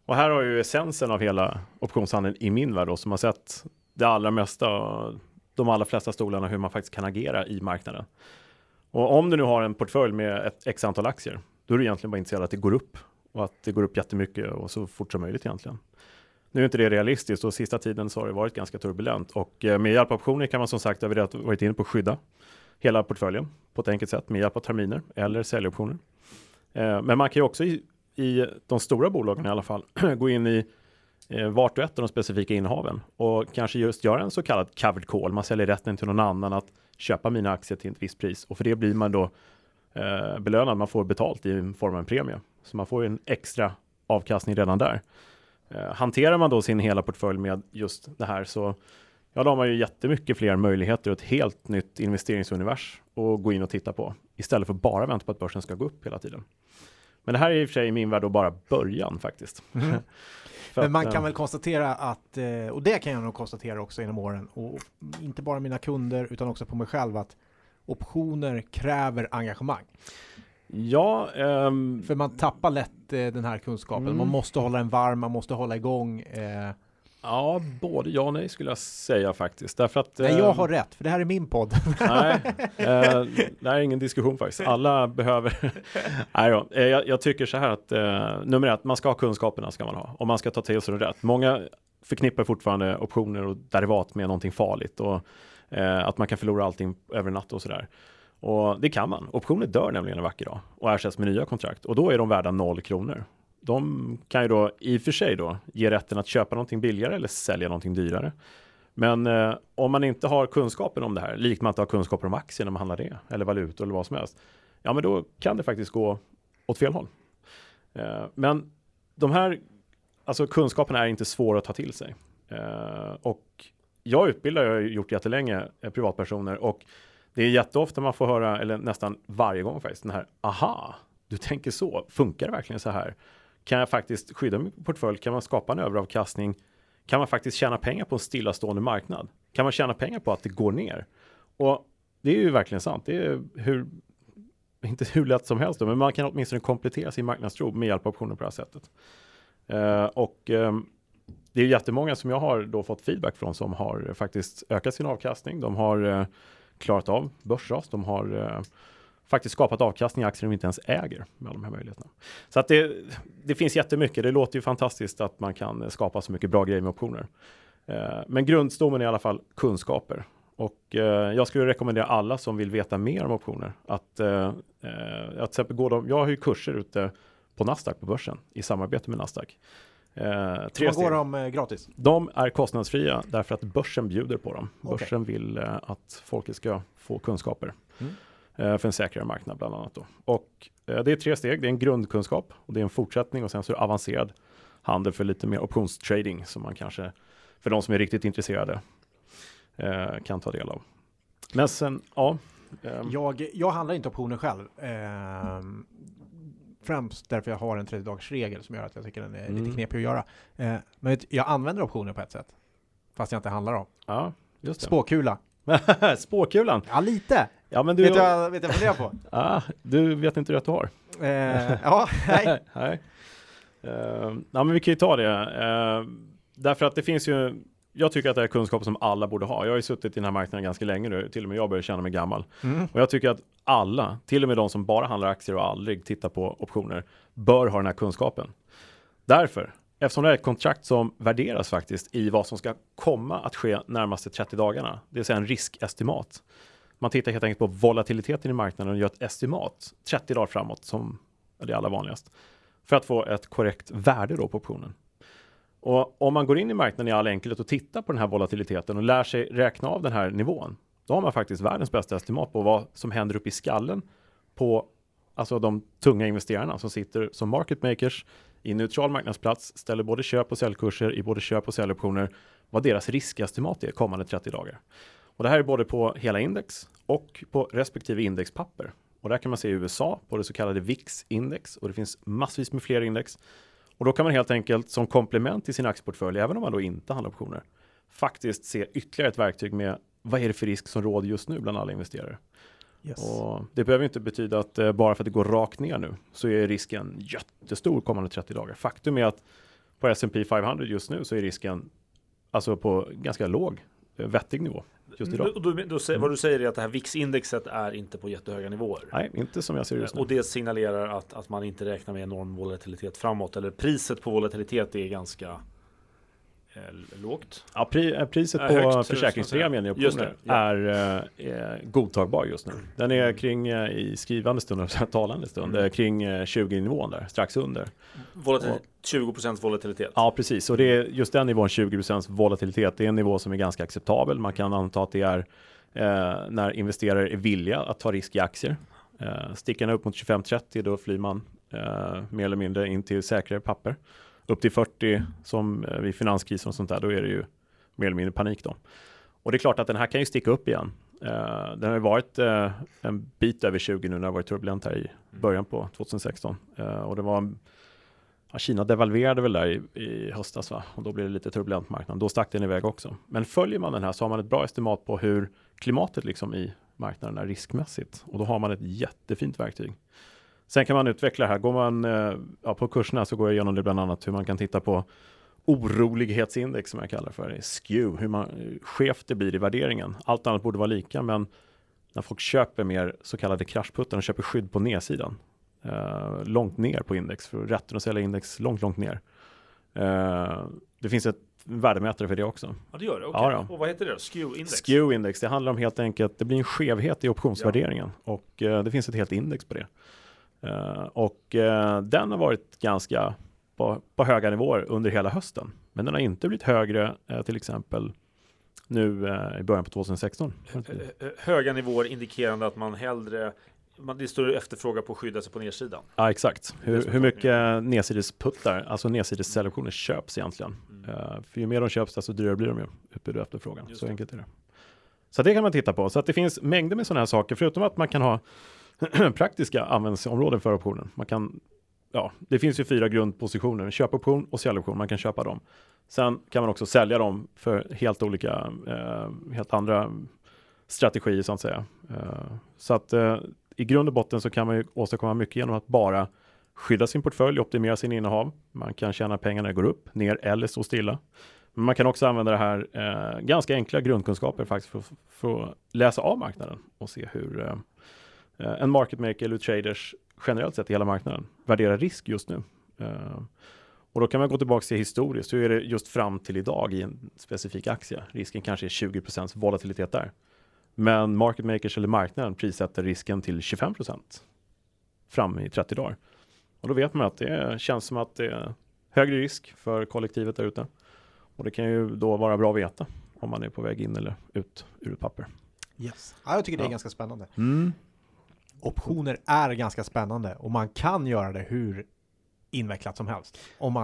Och här har ju essensen av hela optionshandeln i min värld då, som har sett det allra mesta, de allra flesta stolarna, hur man faktiskt kan agera i marknaden. Och om du nu har en portfölj med ett x antal aktier, då är du egentligen bara intresserad att det går upp. Och att det går upp jättemycket och så fort som möjligt egentligen. Nu är inte det realistiskt och sista tiden så har det varit ganska turbulent. Och med hjälp av optioner kan man som sagt, vi har varit inne på att skydda hela portföljen på ett enkelt sätt med hjälp av terminer eller säljoptioner. Men man kan ju också i de stora bolagen i alla fall gå in i vart och ett av de specifika innehaven och kanske just göra en så kallad covered call. Man säljer rätten till någon annan att köpa mina aktier till ett visst pris och för det blir man då belönad. Man får betalt i form av en premie. Så man får en extra avkastning redan där. Hanterar man då sin hela portfölj med just det här så då har man ju jättemycket fler möjligheter och ett helt nytt investeringsuniversum att gå in och titta på. Istället för bara vänta på att börsen ska gå upp hela tiden. Men det här är i och för sig i min värld då bara början faktiskt. Mm. Men man kan väl konstatera att, och det kan jag nog konstatera också inom åren, och inte bara mina kunder utan också på mig själv, att optioner kräver engagemang. Ja, för man tappar lätt den här kunskapen. Man måste hålla den varm, man måste hålla igång. Ja, både ja och nej skulle jag säga faktiskt. Därför att, nej, jag har rätt, för det här är min podd. Nej, det här är ingen diskussion faktiskt. Alla behöver... nej då, jag tycker så här att nummer ett, man ska ha kunskaperna ska man ha. Och man ska ta till sig det rätt. Många förknippar fortfarande optioner och derivat med någonting farligt. Och att man kan förlora allting över natt och sådär. Och det kan man. Optioner dör nämligen en vacker dag och ersätts med nya kontrakt. Och då är de värda 0 kronor. De kan ju då i och för sig då ge rätten att köpa någonting billigare eller sälja någonting dyrare. Men om man inte har kunskapen om det här, likt man inte har kunskaper om aktier när man handlar det, eller valutor eller vad som helst, ja men då kan det faktiskt gå åt fel håll. Men de här, alltså kunskapen är inte svår att ta till sig. Och jag utbildar, jag har gjort jättelänge privatpersoner och det är jätteofta man får höra, eller nästan varje gång faktiskt, den här, aha, du tänker så, funkar det verkligen så här? Kan jag faktiskt skydda min portfölj? Kan man skapa en överavkastning? Kan man faktiskt tjäna pengar på en stillastående marknad? Kan man tjäna pengar på att det går ner? Och det är ju verkligen sant. Det är inte hur lätt som helst då, men man kan åtminstone komplettera sin marknadstro med hjälp av optioner på det här sättet. Det är jättemånga som jag har då fått feedback från som har faktiskt ökat sin avkastning. De har klarat av börsras. De har faktiskt skapat avkastning i aktier de inte ens äger med de här möjligheterna. Så att det finns jättemycket. Det låter ju fantastiskt att man kan skapa så mycket bra grejer med optioner. Men grundstommen är i alla fall kunskaper. Och jag skulle rekommendera alla som vill veta mer om optioner att till exempel jag har ju kurser ute på Nasdaq på börsen i samarbete med Nasdaq. Vad går de gratis? De är kostnadsfria därför att börsen bjuder på dem. Börsen vill att folket ska få kunskaper. För en säkrare marknad bland annat då. Och det är 3 steg. Det är en grundkunskap och det är en fortsättning och sen så är det avancerad handel för lite mer optionstrading som man kanske, för de som är riktigt intresserade, kan ta del av. Men sen, ja. Jag handlar inte optioner själv. Främst därför jag har en 30-dagarsregel som gör att jag tycker den är lite knepig att göra. Men jag använder optioner på ett sätt. Fast jag inte handlar om. Ja, just det. Spåkula. Spåkulan? Ja, lite. Ja, men vet jag funderar på? Ja, du vet inte rätt du har. Ja, nej. Nej. Men vi kan ju ta det. Därför att det finns ju, jag tycker att det är kunskap som alla borde ha. Jag har ju suttit i den här marknaden ganska länge nu. Till och med jag börjar känna mig gammal. Och jag tycker att alla, till och med de som bara handlar aktier och aldrig tittar på optioner, bör ha den här kunskapen. Därför, eftersom det är ett kontrakt som värderas faktiskt i vad som ska komma att ske närmaste 30 dagarna. Det vill säga en riskestimat. Man tittar helt enkelt på volatiliteten i marknaden och gör ett estimat 30 dagar framåt, som är det allra vanligast. För att få ett korrekt värde då på optionen. Och om man går in i marknaden i all enkelhet och tittar på den här volatiliteten och lär sig räkna av den här nivån, då har man faktiskt världens bästa estimat på vad som händer upp i skallen på alltså de tunga investerarna som sitter som market makers i neutral marknadsplats, ställer både köp- och säljkurser i både köp- och säljoptioner, vad deras riskestimat är kommande 30 dagar. Och det här är både på hela index och på respektive indexpapper. Och där kan man se i USA på det så kallade VIX-index och det finns massvis med fler index. Och då kan man helt enkelt som komplement till sin aktieportfölj, även om man då inte handlar optioner, faktiskt se ytterligare ett verktyg med vad är det för risk som råder just nu bland alla investerare. Yes. Och det behöver inte betyda att bara för att det går rakt ner nu så är risken jättestor kommande 30 dagar. Faktum är att på S&P 500 just nu så är risken alltså på ganska låg, vettig nivå just idag. Vad du säger är att det här VIX-indexet är inte på jättehöga nivåer. Nej, inte som jag ser just nu. Och det signalerar att man inte räknar med enorm volatilitet framåt. Eller priset på volatilitet är ganska lågt. Ja, priset på högt, försäkringspremien i optioner är godtagbar just nu. Den är kring i skrivande stund och talande stund, kring 20-nivån där, strax under. 20% volatilitet. Ja, precis. Och det är just den nivån, 20% volatilitet, det är en nivå som är ganska acceptabel. Man kan anta att det är när investerare är villiga att ta risk i aktier. Sticker upp mot 25-30, då flyr man mer eller mindre in till säkrare papper. Upp till 40 som vid finanskrisen och sånt där, då är det ju mer eller mindre panik då. Och det är klart att den här kan ju sticka upp igen. Den har ju varit en bit över 20 nu när det har varit turbulent här i början på 2016. Och det var Kina devalverade väl där i höstas, va? Och då blev det lite turbulent på marknaden. Då stack den iväg också. Men följer man den här så har man ett bra estimat på hur klimatet liksom i marknaden är riskmässigt. Och då har man ett jättefint verktyg. Sen kan man utveckla det här. Går man på kurserna så går jag igenom det bland annat hur man kan titta på orolighetsindex som jag kallar för det. Skew, hur skevt det blir i värderingen. Allt annat borde vara lika, men när folk köper mer så kallade kraschputtar och köper skydd på nedsidan. Långt ner på index, för rätten att sälja index långt ner. Det finns ett värdemätare för det också. Ja, det gör det. Okay. Ja, och vad heter det då? Skew-index? Skew-index, det handlar om helt enkelt, det blir en skevhet i optionsvärderingen. Och det finns ett helt index på det. Den har varit ganska på höga nivåer under hela hösten. Men den har inte blivit högre till exempel nu i början på 2016. Höga nivåer indikerande att man hellre det står efterfråga på att skydda sig på nedsidan. Ja, exakt. Hur mycket nedsidesputtar, alltså nedsidesselektioner köps egentligen. För ju mer de köps desto dyrare blir de ju, utbud och efterfrågan. Så enkelt är det. Så det kan man titta på. Så att det finns mängder med sådana här saker, förutom att man kan ha praktiska användningsområden för optionen. Det finns ju 4 grundpositioner, köpoption och säljoption, man kan köpa dem. Sen kan man också sälja dem för helt olika, helt andra strategier så att säga. Så att i grund och botten så kan man ju åstadkomma mycket genom att bara skydda sin portfölj, optimera sin innehav. Man kan tjäna pengar när det går upp, ner eller stå stilla. Men man kan också använda det här ganska enkla grundkunskaper faktiskt för att läsa av marknaden och se hur en market maker eller traders generellt sett i hela marknaden värderar risk just nu. Och då kan man gå tillbaka till historiskt. Hur är det just fram till idag i en specifik aktie? Risken kanske är 20% volatilitet där. Men market makers eller marknaden prissätter risken till 25% fram i 30 dagar. Och då vet man att det känns som att det är högre risk för kollektivet där ute. Och det kan ju då vara bra att veta om man är på väg in eller ut ur ett papper. Yes. Ja, jag tycker det är ganska spännande. Optioner är ganska spännande och man kan göra det hur invecklat som helst om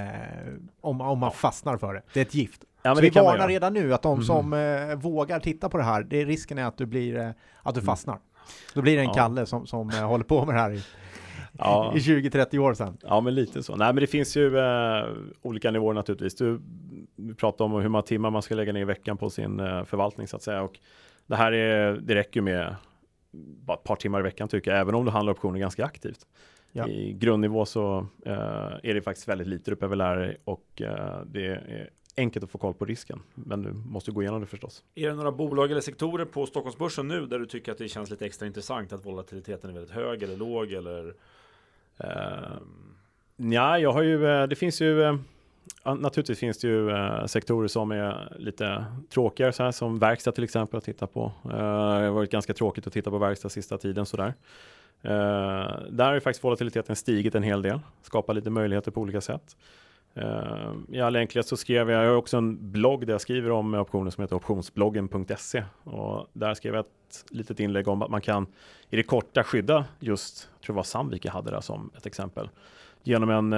man fastnar för det. Det är ett gift. Ja, så vi varnar redan nu att de som vågar titta på det här, risken är att du fastnar. Då blir det en Kalle som håller på med det här i 20-30 år sedan. Ja, men lite så. Nej, men det finns ju olika nivåer naturligtvis. Du pratar om hur många timmar man ska lägga ner i veckan på sin förvaltning så att säga. Och det räcker ju med bara ett par timmar i veckan tycker jag, även om du handlar optioner ganska aktivt. Ja. I grundnivå så är det faktiskt väldigt lite du behöver lära dig och det är enkelt att få koll på risken. Men du måste gå igenom det förstås. Är det några bolag eller sektorer på Stockholmsbörsen nu där du tycker att det känns lite extra intressant att volatiliteten är väldigt hög eller låg? Eller? Jag har ju, det finns ju naturligtvis finns det ju sektorer som är lite tråkigare så här, som verkstad till exempel att titta på. Det har varit ganska tråkigt att titta på verkstad sista tiden sådär. Där har ju faktiskt volatiliteten stigit en hel del. Skapar lite möjligheter på olika sätt. I all enkelhet så skrev jag har också en blogg där jag skriver om optioner som heter optionsbloggen.se och där skrev jag ett litet inlägg om att man kan i det korta skydda just, jag tror det var Sandvik jag hade där som ett exempel, genom en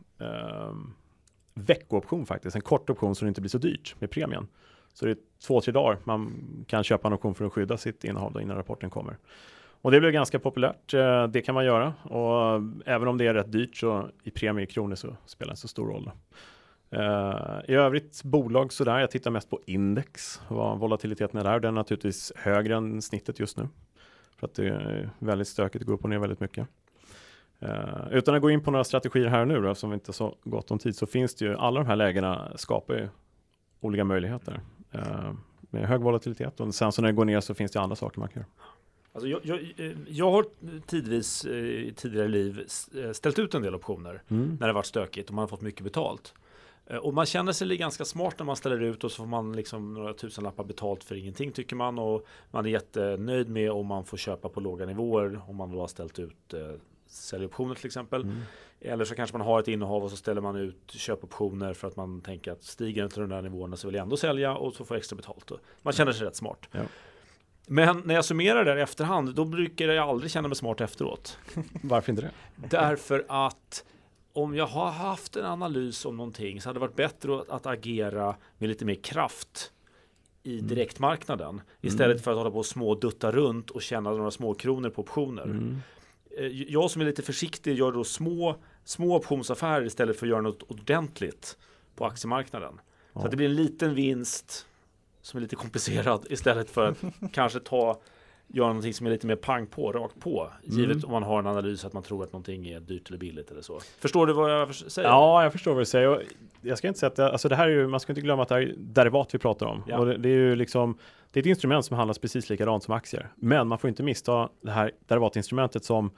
veckooption faktiskt, en kort option så det inte blir så dyrt med premien. Så det är 2-3 dagar man kan köpa en option för att skydda sitt innehav då innan rapporten kommer. Och det blir ganska populärt, det kan man göra. Och även om det är rätt dyrt så i premie i kronor så spelar det så stor roll. I övrigt bolag sådär, jag tittar mest på index. Vad volatiliteten är där, den är naturligtvis högre än snittet just nu. För att det är väldigt stökigt, det går upp och ner väldigt mycket. Utan att gå in på några strategier här och nu då, eftersom vi inte har så gott om tid, så finns det ju, alla de här lägena skapar ju olika möjligheter med hög volatilitet, och sen så när det går ner så finns det andra saker man kan göra. Alltså jag har tidvis i tidigare liv ställt ut en del optioner när det varit stökigt och man har fått mycket betalt. Och man känner sig ganska smart när man ställer ut, och så får man liksom några tusenlappar betalt för ingenting, tycker man, och man är jättenöjd med om man får köpa på låga nivåer om man då har ställt ut säljoptioner till exempel. Eller så kanske man har ett innehav och så ställer man ut köpoptioner för att man tänker att stiger det till de där nivåerna så vill jag ändå sälja och så får jag extra betalt. Man känner sig rätt smart. Ja. Men när jag summerar det i efterhand, då brukar jag aldrig känna mig smart efteråt. Varför inte det? Därför att om jag har haft en analys om någonting så hade det varit bättre att agera med lite mer kraft i direktmarknaden istället för att hålla på och smådutta runt och tjäna några små kronor på optioner. Jag som är lite försiktig gör då små optionsaffärer istället för att göra något ordentligt på aktiemarknaden. Så att det blir en liten vinst som är lite komplicerad istället för att kanske göra någonting som är lite mer pang på, rakt på. Givet om man har en analys att man tror att någonting är dyrt eller billigt eller så. Förstår du vad jag säger? Ja, jag förstår vad du säger. Jag ska inte säga att alltså det här är ju, man ska inte glömma att det är derivat vi pratar om. Ja. Och det är ju liksom, det är ett instrument som handlas precis likadant som aktier. Men man får inte missta det här derivatinstrumentet som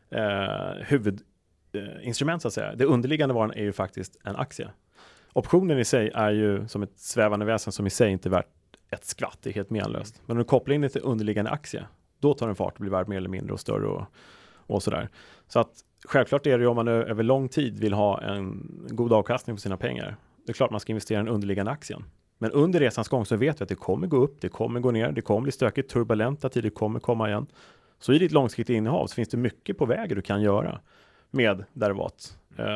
huvudinstrument så att säga. Det underliggande varan är ju faktiskt en aktie. Optionen i sig är ju som ett svävande väsen som i sig inte är värt ett skvatt, det är helt menlöst. Men om du kopplar in det till underliggande aktie, då tar den fart och blir värd mer eller mindre och större och sådär. Så att självklart är det ju, om man över lång tid vill ha en god avkastning på sina pengar, det är klart man ska investera i den underliggande aktien. Men under resans gång så vet vi att det kommer gå upp, det kommer gå ner, det kommer bli stökigt, turbulenta tider kommer komma igen. Så i ditt långsiktiga innehav så finns det mycket på väg du kan göra med derivat.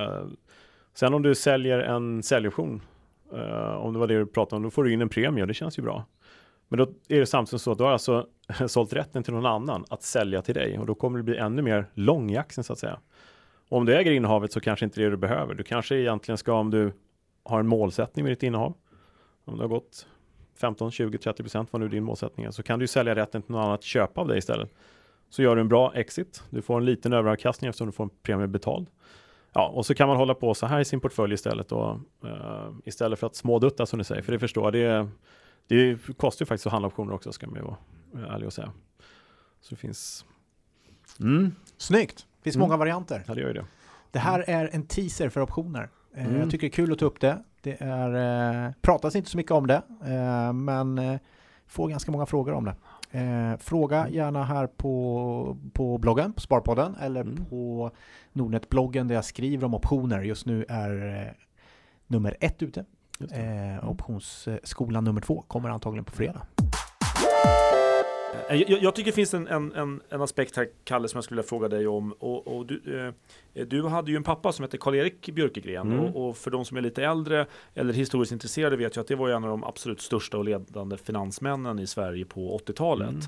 Sen om du säljer en säljoption, om det var det du pratade om, då får du in en premie och det känns ju bra. Men då är det samtidigt så att du har alltså sålt rätten till någon annan att sälja till dig, och då kommer det bli ännu mer lång i aktien så att säga. Och om du äger innehavet så kanske inte det du behöver. Du kanske egentligen ska, om du har en målsättning med ditt innehav, om det har gått 15, 20, 30% vad nu din målsättning är, så kan du sälja rätten till någon annan att köpa av dig istället. Så gör du en bra exit, du får en liten överavkastning eftersom du får en premie betald. Ja, och så kan man hålla på så här i sin portfölj istället, och istället för att smådutta som du säger, för det förstår det kostar ju faktiskt att handla optioner också, ska man ju vara ärlig och säga. Så det finns... Snyggt! Det finns många varianter. Ja, det gör ju det. Det här är en teaser för optioner. Jag tycker det är kul att ta upp det. Det pratas inte så mycket om det, men får ganska många frågor om det. Fråga gärna här på bloggen, på Sparpodden, eller på Nordnet-bloggen där jag skriver om optioner. Just nu är nummer 1 ute. Optionsskolan nummer 2 kommer antagligen på fredag. Jag tycker det finns en aspekt här, Kalle, som jag skulle vilja fråga dig om. Och du hade ju en pappa som hette Karl-Erik Björkegren. Och för de som är lite äldre eller historiskt intresserade vet jag att det var en av de absolut största och ledande finansmännen i Sverige på 80-talet.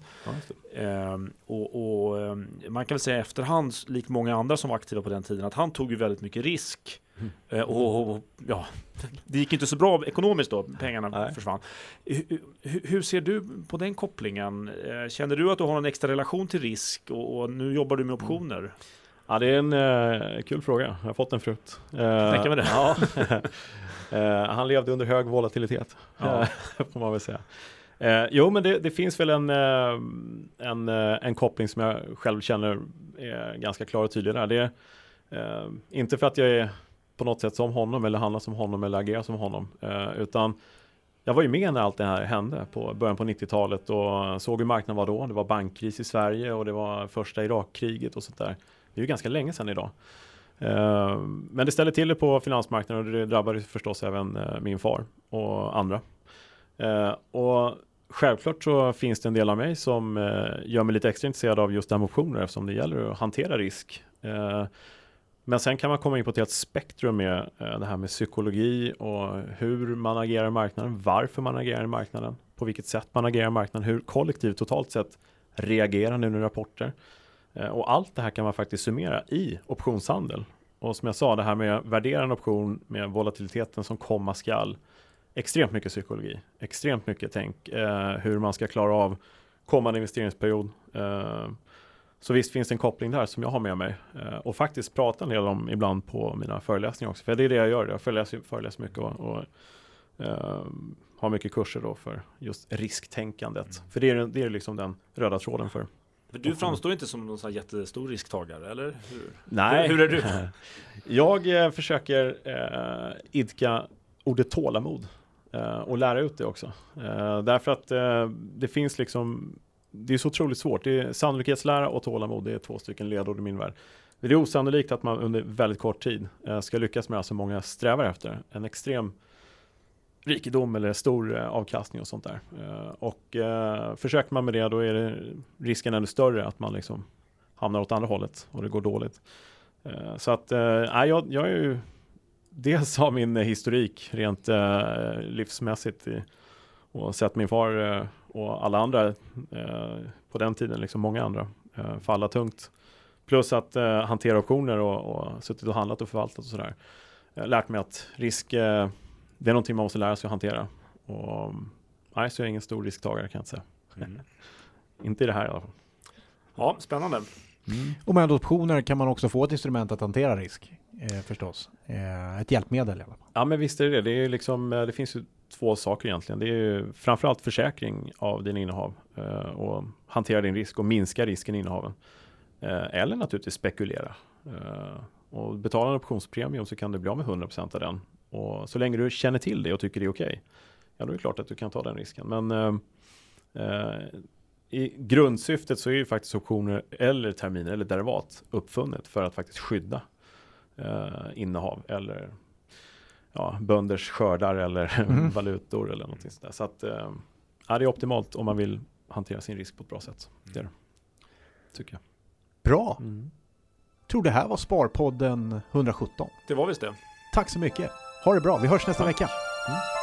Man kan väl säga efterhand, likt många andra som var aktiva på den tiden, att han tog ju väldigt mycket risk. Det gick inte så bra ekonomiskt då, pengarna försvann. Hur ser du på den kopplingen? Känner du att du har en extra relation till risk och nu jobbar du med optioner? Ja, det är en kul fråga. Jag har fått den förut. Tänker med det. Ja. Han levde under hög volatilitet, får man väl säga. Jo, men det finns väl en koppling som jag själv känner är ganska klar och tydlig där. Det är inte för att jag är på något sätt som honom eller handlar som honom eller agerar som honom, utan jag var ju med när allt det här hände på början på 90-talet och såg hur marknaden var då. Det var bankkris i Sverige och det var första Irakkriget och sånt där. Det är ju ganska länge sedan idag. Men det ställer till det på finansmarknaden och det drabbade förstås även min far och andra. Och självklart så finns det en del av mig som gör mig lite extra intresserad av just optioner eftersom det gäller att hantera risk. Men sen kan man komma in på ett helt spektrum med det här med psykologi och hur man agerar i marknaden, varför man agerar i marknaden, på vilket sätt man agerar i marknaden, hur kollektivet totalt sett reagerar nu när rapporter. Och allt det här kan man faktiskt summera i optionshandel. Och som jag sa, det här med värdera en option med volatiliteten som komma skall. Extremt mycket psykologi, extremt mycket tänk hur man ska klara av kommande investeringsperiod. Så visst finns det en koppling där som jag har med mig. Och faktiskt prata en del om ibland på mina föreläsningar också. För det är det jag gör. Jag föreläser mycket och har mycket kurser då för just risktänkandet. För det är liksom den röda tråden för. För du framstår inte som någon sån här jättestor risktagare, eller? Nej. Hur är du? Jag försöker idka ordet tålamod och lära ut det också. Därför att det finns liksom, det är så otroligt svårt. Det är sannolikhetslära och tålamod, det är 2 stycken ledord i min värld. Det är osannolikt att man under väldigt kort tid ska lyckas med det som många strävar efter. En extrem rikedom eller stor avkastning och sånt där. Och försöker man med det, då är det risken ännu större att man liksom hamnar åt andra hållet och det går dåligt. Så att jag är ju dels har min historik rent livsmässigt och sett min far och alla andra på den tiden, liksom många andra, falla tungt. Plus att hantera optioner och suttit och handlat och förvaltat och sådär. Lärt mig att risk, det är någonting man måste lära sig att hantera. Och nej, så är jag ingen stor risktagare, kan jag inte säga. Inte i det här i alla fall. Ja, spännande. Och med optioner kan man också få ett instrument att hantera risk, förstås. Ett hjälpmedel i alla fall. Ja, men visst är det. Det är liksom, det finns ju 2 saker egentligen. Det är ju framförallt försäkring av din innehav och hantera din risk och minska risken i innehaven. Eller naturligtvis spekulera. Och betala en optionspremium så kan du bli av med 100% av den. Och så länge du känner till det och tycker det är okej, ja, då är det klart att du kan ta den risken. Men i grundsyftet så är ju faktiskt optioner eller terminer eller derivat uppfunnet för att faktiskt skydda innehav eller bönders skördar eller valutor eller någonting sådär. Så att det är optimalt om man vill hantera sin risk på ett bra sätt. Det är det, tycker jag. Bra! Tror det här var Sparpodden 117. Det var visst det. Tack så mycket. Ha det bra. Vi hörs nästa vecka.